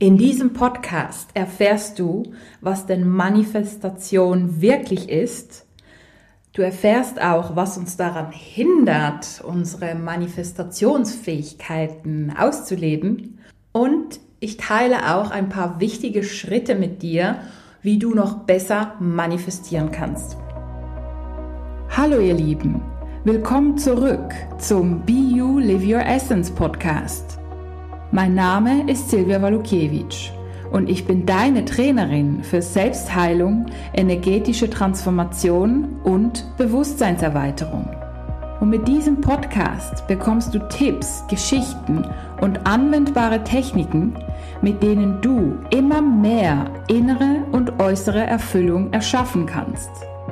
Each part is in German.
In diesem Podcast erfährst du, was denn Manifestation wirklich ist. Du erfährst auch, was uns daran hindert, unsere Manifestationsfähigkeiten auszuleben. Und ich teile auch ein paar wichtige Schritte mit dir, wie du noch besser manifestieren kannst. Hallo ihr Lieben, willkommen zurück zum Be You Live Your Essence Podcast. Mein Name ist Silvia Walukiewicz und ich bin deine Trainerin für Selbstheilung, energetische Transformation und Bewusstseinserweiterung. Und mit diesem Podcast bekommst du Tipps, Geschichten und anwendbare Techniken, mit denen du immer mehr innere und äußere Erfüllung erschaffen kannst.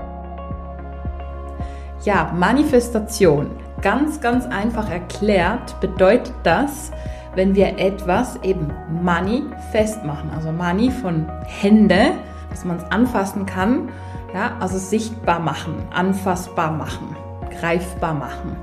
Ja, Manifestation, ganz einfach erklärt, bedeutet das, wenn wir etwas eben Money festmachen. Also Money von Hände, dass man es anfassen kann, ja, also sichtbar machen, anfassbar machen, greifbar machen.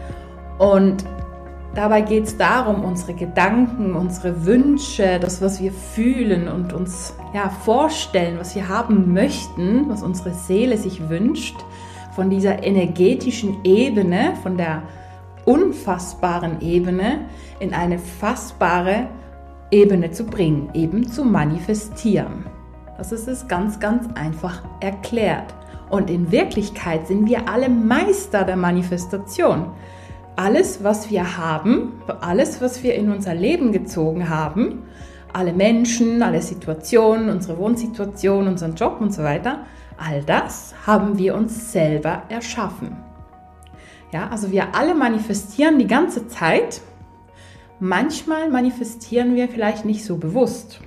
Und dabei geht es darum, unsere Gedanken, unsere Wünsche, das, was wir fühlen und uns vorstellen, was wir haben möchten, was unsere Seele sich wünscht, von dieser energetischen Ebene, von der unfassbaren Ebene in eine fassbare Ebene zu bringen, eben zu manifestieren. Das ist es ganz einfach erklärt. Und in Wirklichkeit sind wir alle Meister der Manifestation. Alles, was wir haben, alles, was wir in unser Leben gezogen haben, alle Menschen, alle Situationen, unsere Wohnsituation, unseren Job und so weiter, all das haben wir uns selber erschaffen. Ja, also wir alle manifestieren die ganze Zeit. Manchmal manifestieren wir vielleicht nicht so bewusst.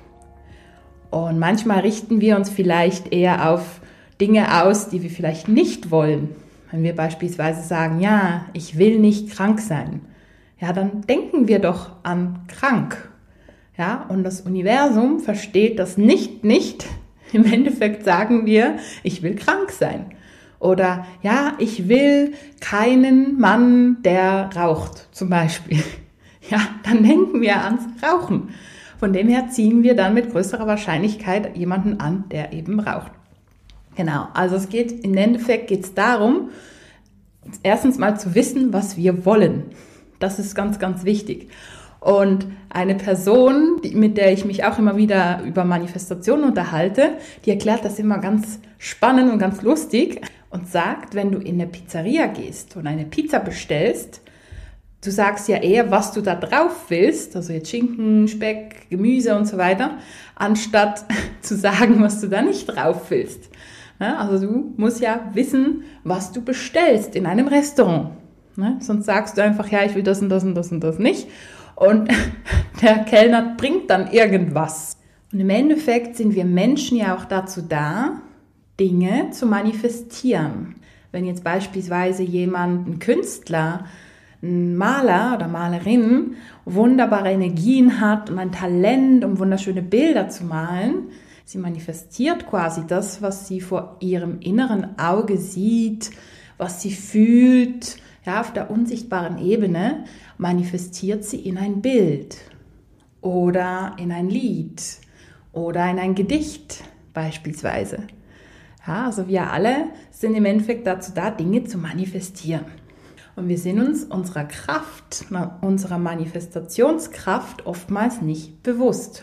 Und manchmal richten wir uns vielleicht eher auf Dinge aus, die wir vielleicht nicht wollen. Wenn wir beispielsweise sagen, ja, ich will nicht krank sein, ja, dann denken wir doch an krank. Ja, und das Universum versteht das nicht. Im Endeffekt sagen wir, ich will krank sein. Oder ja, ich will keinen Mann, der raucht, zum Beispiel. Ja, dann denken wir ans Rauchen. Von dem her ziehen wir dann mit größerer Wahrscheinlichkeit jemanden an, der eben raucht. Genau, also im Endeffekt geht es darum, erstens mal zu wissen, was wir wollen. Das ist ganz wichtig. Und eine Person, mit der ich mich auch immer wieder über Manifestation unterhalte, die erklärt das immer ganz spannend und ganz lustig und sagt, wenn du in eine Pizzeria gehst und eine Pizza bestellst, du sagst ja eher, was du da drauf willst, also jetzt Schinken, Speck, Gemüse und so weiter, anstatt zu sagen, was du da nicht drauf willst. Ja, also du musst ja wissen, was du bestellst in einem Restaurant. Ja, sonst sagst du einfach, ja, ich will das und das und das und das nicht. Und der Kellner bringt dann irgendwas. Und im Endeffekt sind wir Menschen ja auch dazu da, Dinge zu manifestieren. Wenn jetzt beispielsweise ein Künstler, ein Maler oder Malerin wunderbare Energien hat und ein Talent, um wunderschöne Bilder zu malen, sie manifestiert quasi das, was sie vor ihrem inneren Auge sieht, was sie fühlt, ja, auf der unsichtbaren Ebene, manifestiert sie in ein Bild oder in ein Lied oder in ein Gedicht beispielsweise. Ja, also wir alle sind im Endeffekt dazu da, Dinge zu manifestieren. Und wir sind uns unserer Kraft, unserer Manifestationskraft oftmals nicht bewusst.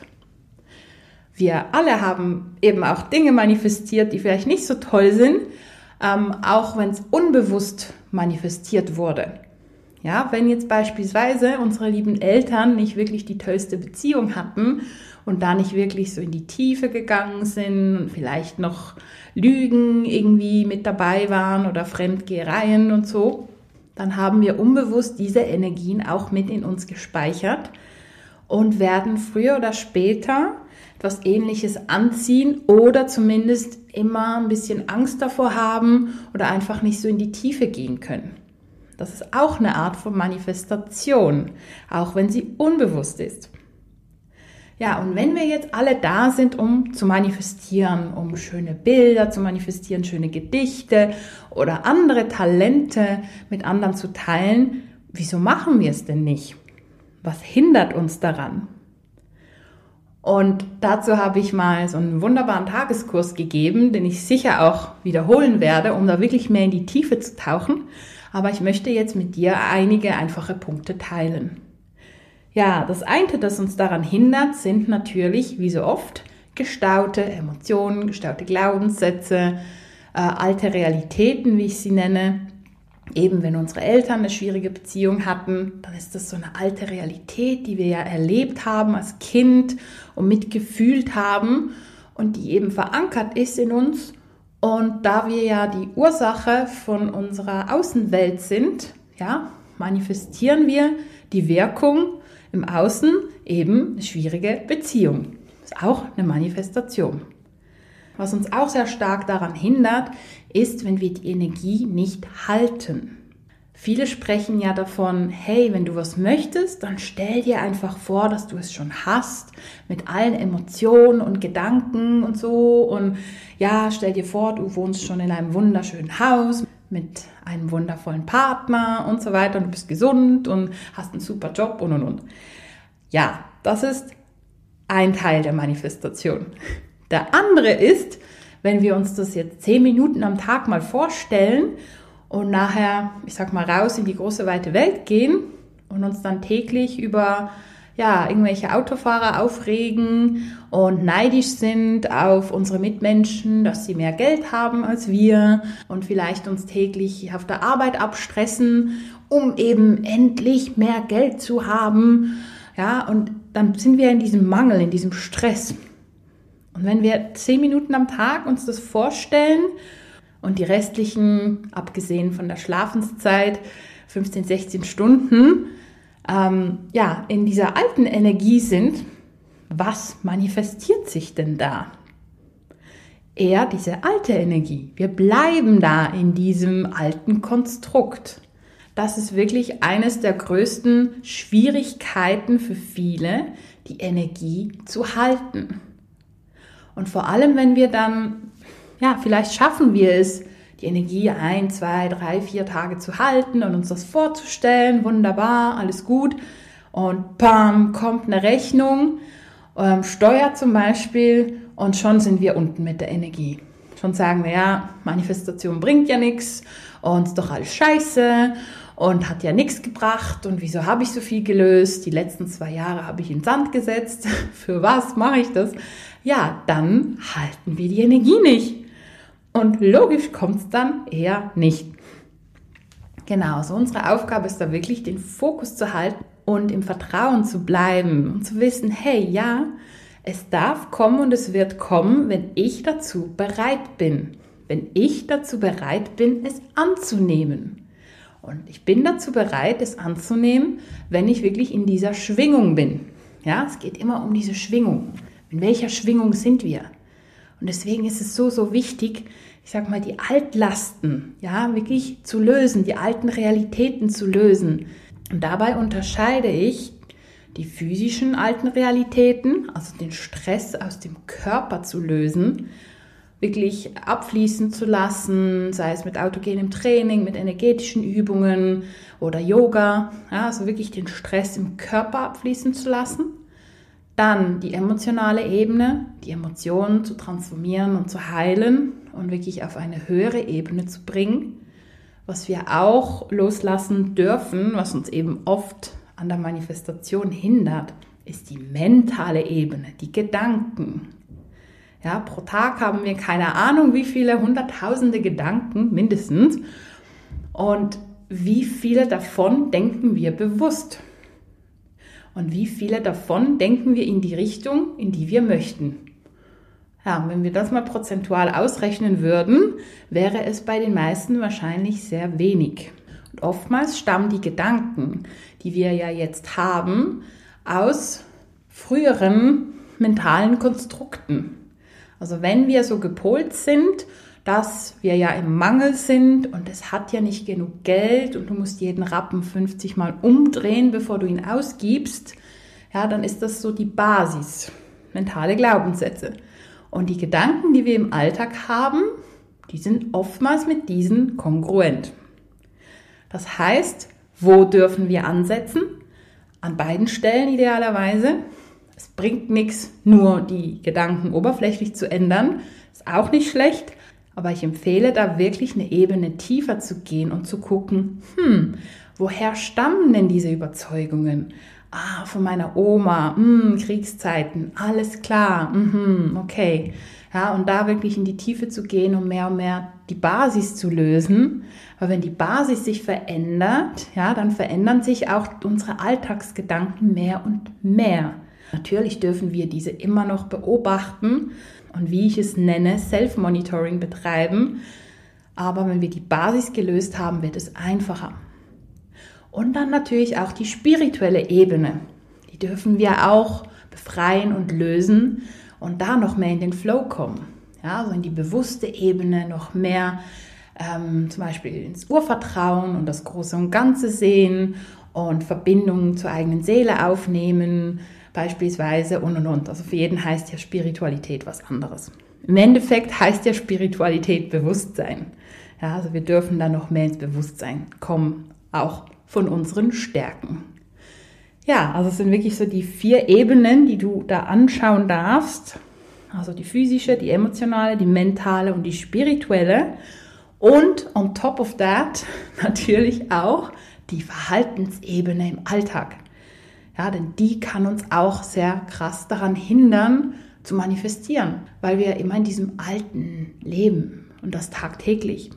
Wir alle haben eben auch Dinge manifestiert, die vielleicht nicht so toll sind, auch wenn es unbewusst manifestiert wurde. Ja, wenn jetzt beispielsweise unsere lieben Eltern nicht wirklich die tollste Beziehung hatten und da nicht wirklich so in die Tiefe gegangen sind und vielleicht noch Lügen irgendwie mit dabei waren oder Fremdgehereien und so, dann haben wir unbewusst diese Energien auch mit in uns gespeichert und werden früher oder später etwas Ähnliches anziehen oder zumindest immer ein bisschen Angst davor haben oder einfach nicht so in die Tiefe gehen können. Das ist auch eine Art von Manifestation, auch wenn sie unbewusst ist. Ja, und wenn wir jetzt alle da sind, um zu manifestieren, um schöne Bilder zu manifestieren, schöne Gedichte oder andere Talente mit anderen zu teilen, wieso machen wir es denn nicht? Was hindert uns daran? Und dazu habe ich mal so einen wunderbaren Tageskurs gegeben, den ich sicher auch wiederholen werde, um da wirklich mehr in die Tiefe zu tauchen. Aber ich möchte jetzt mit dir einige einfache Punkte teilen. Ja, das eine, das uns daran hindert, sind natürlich, wie so oft, gestaute Emotionen, gestaute Glaubenssätze, alte Realitäten, wie ich sie nenne. Eben, wenn unsere Eltern eine schwierige Beziehung hatten, dann ist das so eine alte Realität, die wir ja erlebt haben als Kind und mitgefühlt haben und die eben verankert ist in uns. Und da wir ja die Ursache von unserer Außenwelt sind, ja, manifestieren wir die Wirkung im Außen, eben eine schwierige Beziehung. Das ist auch eine Manifestation. Was uns auch sehr stark daran hindert, ist, wenn wir die Energie nicht halten. Viele sprechen ja davon, hey, wenn du was möchtest, dann stell dir einfach vor, dass du es schon hast, mit allen Emotionen und Gedanken und so. Und ja, stell dir vor, du wohnst schon in einem wunderschönen Haus mit einem wundervollen Partner und so weiter und du bist gesund und hast einen super Job und. Ja, das ist ein Teil der Manifestation. Der andere ist, wenn wir uns das jetzt 10 Minuten am Tag mal vorstellen und nachher, ich sag mal, raus in die große weite Welt gehen und uns dann täglich über irgendwelche Autofahrer aufregen und neidisch sind auf unsere Mitmenschen, dass sie mehr Geld haben als wir und vielleicht uns täglich auf der Arbeit abstressen, um eben endlich mehr Geld zu haben. Ja, und dann sind wir in diesem Mangel, in diesem Stress. Und wenn wir 10 Minuten am Tag uns das vorstellen und die restlichen, abgesehen von der Schlafenszeit, 15, 16 Stunden, in dieser alten Energie sind, was manifestiert sich denn da? Eher diese alte Energie. Wir bleiben da in diesem alten Konstrukt. Das ist wirklich eines der größten Schwierigkeiten für viele, die Energie zu halten. Und vor allem, wenn wir dann, vielleicht schaffen wir es, die Energie 1, 2, 3, 4 Tage zu halten und uns das vorzustellen, wunderbar, alles gut. Und bam, kommt eine Rechnung, Steuer zum Beispiel, und schon sind wir unten mit der Energie. Schon sagen wir, Manifestation bringt ja nichts und ist doch alles scheiße und hat ja nichts gebracht und wieso habe ich so viel gelöst? Die letzten 2 Jahre habe ich in den Sand gesetzt. Für was mache ich das? Ja, dann halten wir die Energie nicht. Und logisch kommt es dann eher nicht. Genau, so unsere Aufgabe ist da wirklich, den Fokus zu halten und im Vertrauen zu bleiben und zu wissen, hey, ja, es darf kommen und es wird kommen, wenn ich dazu bereit bin. Wenn ich dazu bereit bin, es anzunehmen. Und ich bin dazu bereit, es anzunehmen, wenn ich wirklich in dieser Schwingung bin. Ja, es geht immer um diese Schwingung. In welcher Schwingung sind wir? Und deswegen ist es so, so wichtig, ich sag mal, die Altlasten, wirklich zu lösen, die alten Realitäten zu lösen. Und dabei unterscheide ich die physischen alten Realitäten, also den Stress aus dem Körper zu lösen, wirklich abfließen zu lassen, sei es mit autogenem Training, mit energetischen Übungen oder Yoga, also wirklich den Stress im Körper abfließen zu lassen. Dann die emotionale Ebene, die Emotionen zu transformieren und zu heilen und wirklich auf eine höhere Ebene zu bringen. Was wir auch loslassen dürfen, was uns eben oft an der Manifestation hindert, ist die mentale Ebene, die Gedanken. Ja, pro Tag haben wir keine Ahnung, wie viele hunderttausende Gedanken mindestens und wie viele davon denken wir bewusst. Und wie viele davon denken wir in die Richtung, in die wir möchten. Ja, und wenn wir das mal prozentual ausrechnen würden, wäre es bei den meisten wahrscheinlich sehr wenig. Und oftmals stammen die Gedanken, die wir ja jetzt haben, aus früheren mentalen Konstrukten. Also wenn wir so gepolt sind, dass wir ja im Mangel sind und es hat ja nicht genug Geld und du musst jeden Rappen 50 Mal umdrehen, bevor du ihn ausgibst, dann ist das so die Basis, mentale Glaubenssätze. Und die Gedanken, die wir im Alltag haben, die sind oftmals mit diesen kongruent. Das heißt, wo dürfen wir ansetzen? An beiden Stellen idealerweise. Es bringt nichts, nur die Gedanken oberflächlich zu ändern. Ist auch nicht schlecht. Aber ich empfehle da wirklich eine Ebene tiefer zu gehen und zu gucken, woher stammen denn diese Überzeugungen? Von meiner Oma, Kriegszeiten, alles klar, okay. Ja, und da wirklich in die Tiefe zu gehen, um mehr und mehr die Basis zu lösen. Weil wenn die Basis sich verändert, ja, dann verändern sich auch unsere Alltagsgedanken mehr und mehr. Natürlich dürfen wir diese immer noch beobachten und wie ich es nenne, Self-Monitoring betreiben. Aber wenn wir die Basis gelöst haben, wird es einfacher. Und dann natürlich auch die spirituelle Ebene. Die dürfen wir auch befreien und lösen und da noch mehr in den Flow kommen. Ja, also in die bewusste Ebene noch mehr zum Beispiel ins Urvertrauen und das Große und Ganze sehen und Verbindungen zur eigenen Seele aufnehmen, beispielsweise und. Also für jeden heißt ja Spiritualität was anderes. Im Endeffekt heißt ja Spiritualität Bewusstsein. Ja, also wir dürfen da noch mehr ins Bewusstsein kommen, auch von unseren Stärken. Ja, also es sind wirklich so die 4 Ebenen, die du da anschauen darfst. Also die physische, die emotionale, die mentale und die spirituelle. Und on top of that natürlich auch die Verhaltensebene im Alltag. Ja, denn die kann uns auch sehr krass daran hindern, zu manifestieren, weil wir immer in diesem Alten leben und das tagtäglich.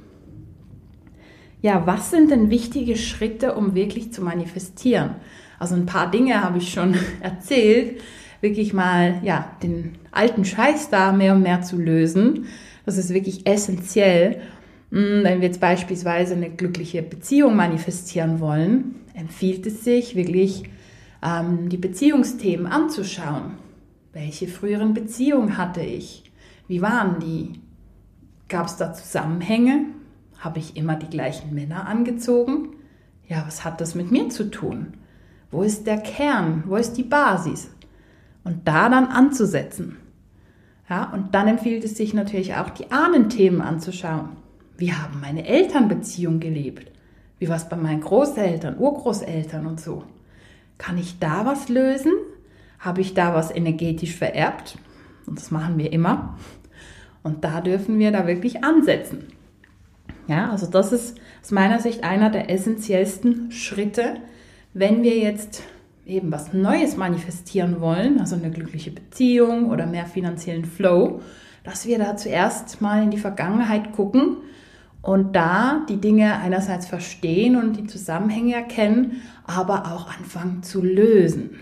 Ja, was sind denn wichtige Schritte, um wirklich zu manifestieren? Also ein paar Dinge habe ich schon erzählt, wirklich mal den alten Scheiß da mehr und mehr zu lösen. Das ist wirklich essentiell. Wenn wir jetzt beispielsweise eine glückliche Beziehung manifestieren wollen, empfiehlt es sich wirklich, die Beziehungsthemen anzuschauen. Welche früheren Beziehungen hatte ich? Wie waren die? Gab es da Zusammenhänge? Habe ich immer die gleichen Männer angezogen? Ja, was hat das mit mir zu tun? Wo ist der Kern? Wo ist die Basis? Und da dann anzusetzen. Ja, und dann empfiehlt es sich natürlich auch, die Ahnenthemen anzuschauen. Wie haben meine Eltern Beziehung gelebt? Wie war es bei meinen Großeltern, Urgroßeltern und so? Kann ich da was lösen? Habe ich da was energetisch vererbt? Und das machen wir immer. Und da dürfen wir da wirklich ansetzen. Ja, also das ist aus meiner Sicht einer der essentiellsten Schritte, wenn wir jetzt eben was Neues manifestieren wollen, also eine glückliche Beziehung oder mehr finanziellen Flow, dass wir da zuerst mal in die Vergangenheit gucken und da die Dinge einerseits verstehen und die Zusammenhänge erkennen, aber auch anfangen zu lösen.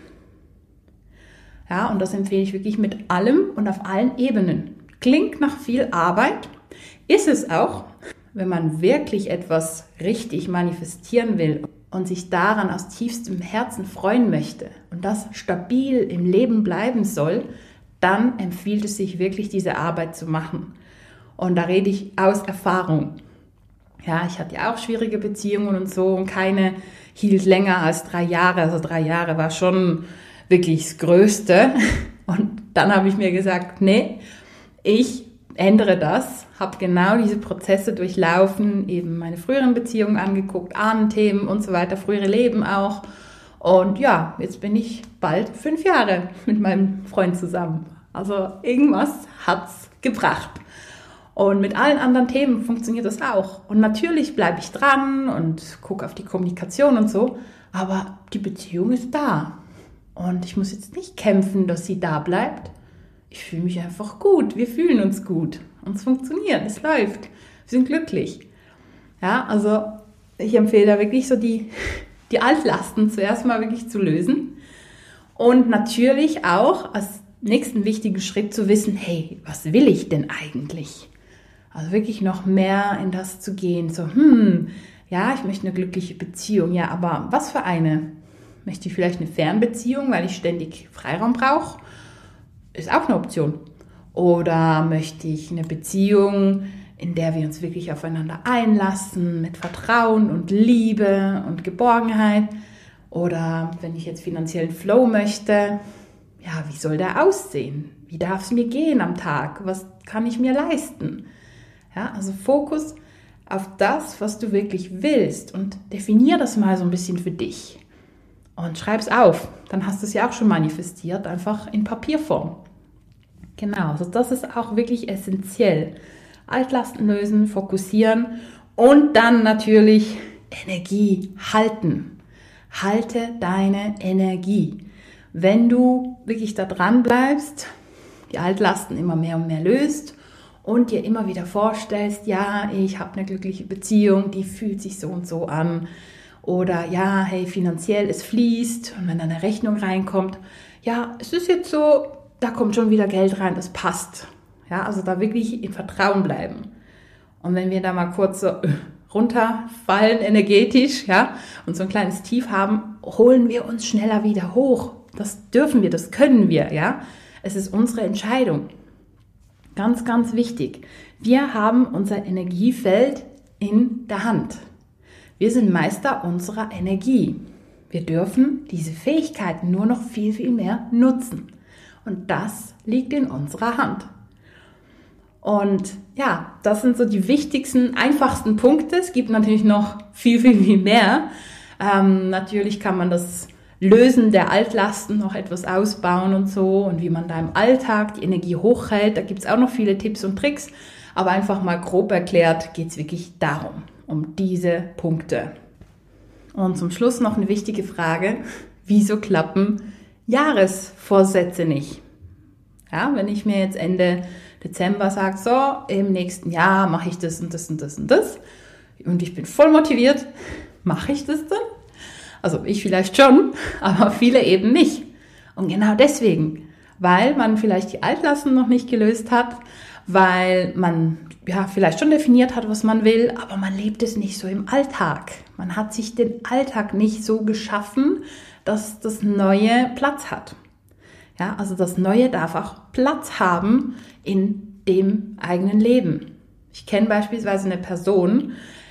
Ja, und das empfehle ich wirklich mit allem und auf allen Ebenen. Klingt nach viel Arbeit, ist es auch, wenn man wirklich etwas richtig manifestieren will und sich daran aus tiefstem Herzen freuen möchte und das stabil im Leben bleiben soll, dann empfiehlt es sich wirklich, diese Arbeit zu machen. Und da rede ich aus Erfahrung. Ja, ich hatte ja auch schwierige Beziehungen und so und keine hielt länger als 3 Jahre. Also 3 Jahre war schon wirklich das Größte. Und dann habe ich mir gesagt, nee, ich ändere das, habe genau diese Prozesse durchlaufen, eben meine früheren Beziehungen angeguckt, Ahnenthemen und so weiter, frühere Leben auch. Und ja, jetzt bin ich bald 5 Jahre mit meinem Freund zusammen. Also irgendwas hat's gebracht. Und mit allen anderen Themen funktioniert das auch. Und natürlich bleibe ich dran und gucke auf die Kommunikation und so, aber die Beziehung ist da. Und ich muss jetzt nicht kämpfen, dass sie da bleibt. Ich fühle mich einfach gut, wir fühlen uns gut. Und es funktioniert, es läuft, wir sind glücklich. Ja, also ich empfehle da wirklich so die Altlasten zuerst mal wirklich zu lösen. Und natürlich auch als nächsten wichtigen Schritt zu wissen, hey, was will ich denn eigentlich? Also wirklich noch mehr in das zu gehen, so, ja, ich möchte eine glückliche Beziehung, ja, aber was für eine? Möchte ich vielleicht eine Fernbeziehung, weil ich ständig Freiraum brauche? Ist auch eine Option. Oder möchte ich eine Beziehung, in der wir uns wirklich aufeinander einlassen, mit Vertrauen und Liebe und Geborgenheit? Oder wenn ich jetzt finanziellen Flow möchte, ja, wie soll der aussehen? Wie darf es mir gehen am Tag? Was kann ich mir leisten? Ja, also Fokus auf das, was du wirklich willst und definier das mal so ein bisschen für dich. Und schreib's auf. Dann hast du es ja auch schon manifestiert, einfach in Papierform. Genau, also das ist auch wirklich essentiell. Altlasten lösen, fokussieren und dann natürlich Energie halten. Halte deine Energie. Wenn du wirklich da dran bleibst, die Altlasten immer mehr und mehr löst und dir immer wieder vorstellst, ja, ich habe eine glückliche Beziehung, die fühlt sich so und so an. Oder ja, hey, finanziell, es fließt und wenn dann eine Rechnung reinkommt, ja, es ist jetzt so, da kommt schon wieder Geld rein, das passt. Ja, also da wirklich im Vertrauen bleiben. Und wenn wir da mal kurz so runterfallen energetisch, ja, und so ein kleines Tief haben, holen wir uns schneller wieder hoch. Das dürfen wir, das können wir, ja. Es ist unsere Entscheidung. Ganz, ganz wichtig. Wir haben unser Energiefeld in der Hand. Wir sind Meister unserer Energie. Wir dürfen diese Fähigkeiten nur noch viel, viel mehr nutzen. Und das liegt in unserer Hand. Und ja, das sind so die wichtigsten, einfachsten Punkte. Es gibt natürlich noch viel, viel, viel mehr. Natürlich kann man das Lösen der Altlasten noch etwas ausbauen und so. Und wie man da im Alltag die Energie hochhält. Da gibt es auch noch viele Tipps und Tricks. Aber einfach mal grob erklärt geht es wirklich darum, um diese Punkte. Und zum Schluss noch eine wichtige Frage. Wieso klappen Jahresvorsätze nicht? Ja, wenn ich mir jetzt Ende Dezember sage, so, im nächsten Jahr mache ich das und das und das und das und ich bin voll motiviert, mache ich das dann? Also ich vielleicht schon, aber viele eben nicht. Und genau deswegen, weil man vielleicht die Altlasten noch nicht gelöst hat, weil man ja vielleicht schon definiert hat, was man will, aber man lebt es nicht so im Alltag. Man hat sich den Alltag nicht so geschaffen, dass das Neue Platz hat. Ja, also das Neue darf auch Platz haben in dem eigenen Leben. Ich kenne beispielsweise eine Person,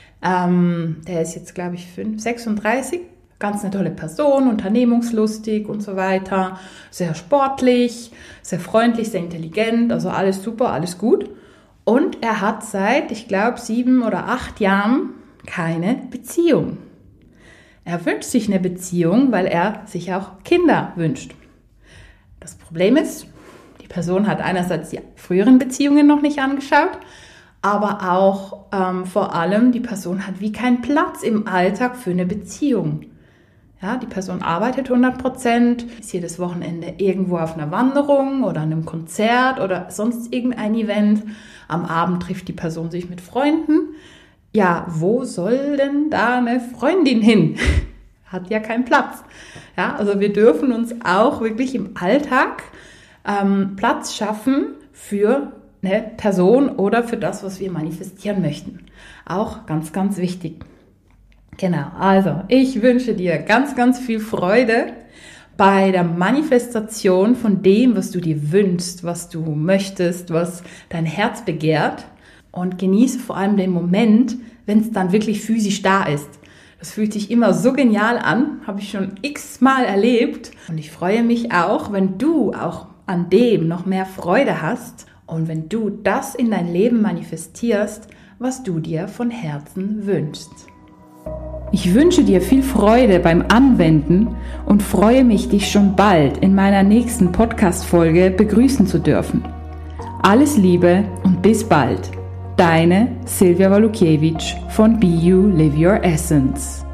der ist jetzt, glaube ich, 36, ganz eine tolle Person, unternehmungslustig und so weiter, sehr sportlich, sehr freundlich, sehr intelligent, also alles super, alles gut. Und er hat seit, ich glaube, 7 oder 8 Jahren keine Beziehung. Er wünscht sich eine Beziehung, weil er sich auch Kinder wünscht. Das Problem ist, die Person hat einerseits die früheren Beziehungen noch nicht angeschaut, aber auch vor allem die Person hat wie keinen Platz im Alltag für eine Beziehung. Ja, die Person arbeitet 100%, ist jedes Wochenende irgendwo auf einer Wanderung oder einem Konzert oder sonst irgendein Event. Am Abend trifft die Person sich mit Freunden. Ja, wo soll denn da eine Freundin hin? Hat ja keinen Platz. Ja, also wir dürfen uns auch wirklich im Alltag Platz schaffen für eine Person oder für das, was wir manifestieren möchten. Auch ganz, ganz wichtig. Genau, also ich wünsche dir ganz, ganz viel Freude bei der Manifestation von dem, was du dir wünschst, was du möchtest, was dein Herz begehrt und genieße vor allem den Moment, wenn es dann wirklich physisch da ist. Das fühlt sich immer so genial an, habe ich schon x-mal erlebt und ich freue mich auch, wenn du auch an dem noch mehr Freude hast und wenn du das in dein Leben manifestierst, was du dir von Herzen wünschst. Ich wünsche dir viel Freude beim Anwenden und freue mich, dich schon bald in meiner nächsten Podcast-Folge begrüßen zu dürfen. Alles Liebe und bis bald. Deine Silvia Walukiewicz von Be You, Live Your Essence.